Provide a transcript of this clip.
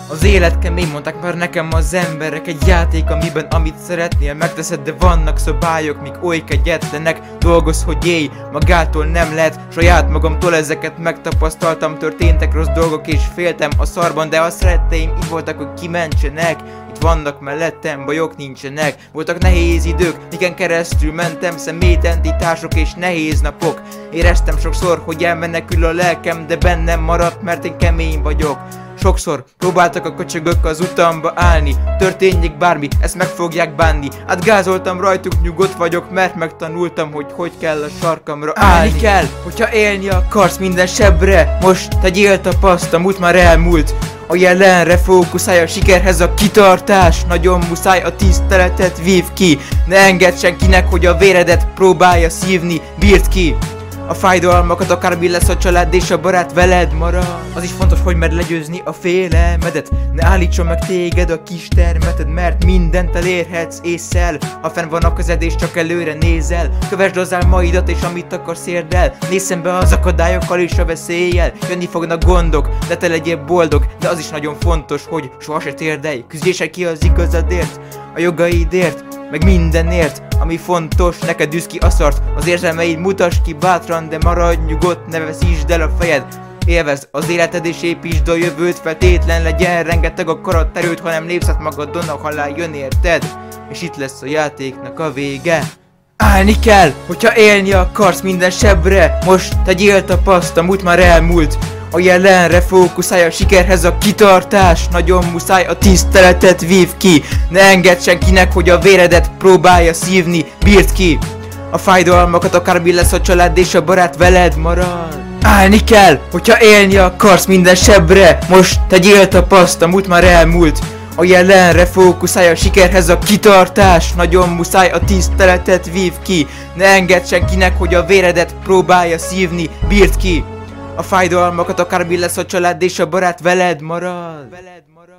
Az élet kemény, mondták már nekem az emberek. Egy játék, amiben amit szeretnél megteszed, de vannak szabályok, mik oly kegyetlenek. Dolgozz, hogy élj, magától nem lehet. Saját magamtól ezeket megtapasztaltam. Történtek rossz dolgok és féltem a szarban, de a szeretteim itt voltak, hogy kimentsenek. Itt vannak mellettem, bajok nincsenek. Voltak nehéz idők, miken keresztül mentem, személyidentitások és nehéz napok. Éreztem sokszor, hogy elmenekül a lelkem, de bennem maradt, mert én kemény vagyok. Sokszor próbáltak a köcsögök az utamba állni. Történjék bármi, ezt meg fogják bánni. Átgázoltam rajtuk, nyugodt vagyok, mert megtanultam, hogy hogy kell a sarkamra állni kell, hogyha élni akarsz minden sebre. Most tegyél tapaszt, a múlt már elmúlt. A jelenre fókuszálj, a sikerhez a kitartás. Nagyon muszáj, a tiszteletet vív ki. Ne engedd senkinek, hogy a véredet próbálja szívni. Bírd ki a fájdalmakat, akármi lesz a család és a barát veled marad. Az is fontos, hogy merd legyőzni a félelmedet. Ne állítson meg téged a kis termeted, mert mindent elérhetsz ésszel. Ha fenn van a kezed és csak előre nézel, kövesd az álmaidat és amit akarsz érd el. Nézz szembe az akadályokkal és a veszéllyel. Jönni fognak gondok, de te legyél boldog. De az is nagyon fontos, hogy soha se térdelj. Küzdjél ki az igazadért, a jogaidért, meg mindenért, ami fontos, neked üzd ki a szart. Az érzelmeid mutasd ki bátran, de maradj nyugodt, ne veszítsd el a fejed. Élvezd az életed és építsd a jövőt, feltétlen legyen rengeteg a karakterőd, ha nem lépsz át magadon, a halál jön érted. És itt lesz a játéknak a vége. Állni kell, hogyha élni akarsz minden sebre. Most tegyél tapaszt, a múlt már elmúlt. A jelenre fókuszálj, a sikerhez a kitartás. Nagyon muszáj, a tiszteletet vív ki. Ne engedd senkinek, hogy a véredet próbálja szívni. Bírd ki a fájdalmakat, akármi lesz a család és a barát veled marad. Állni kell, hogyha élni akarsz minden sebre. Most tegyél tapaszt, a múlt már elmúlt. A jelenre fókuszálj, a sikerhez a kitartás. Nagyon muszáj, a tiszteletet vív ki. Ne engedd senkinek, hogy a véredet próbálja szívni. Bírd ki a fájdalmakat, akármi lesz a család és a barát veled marad.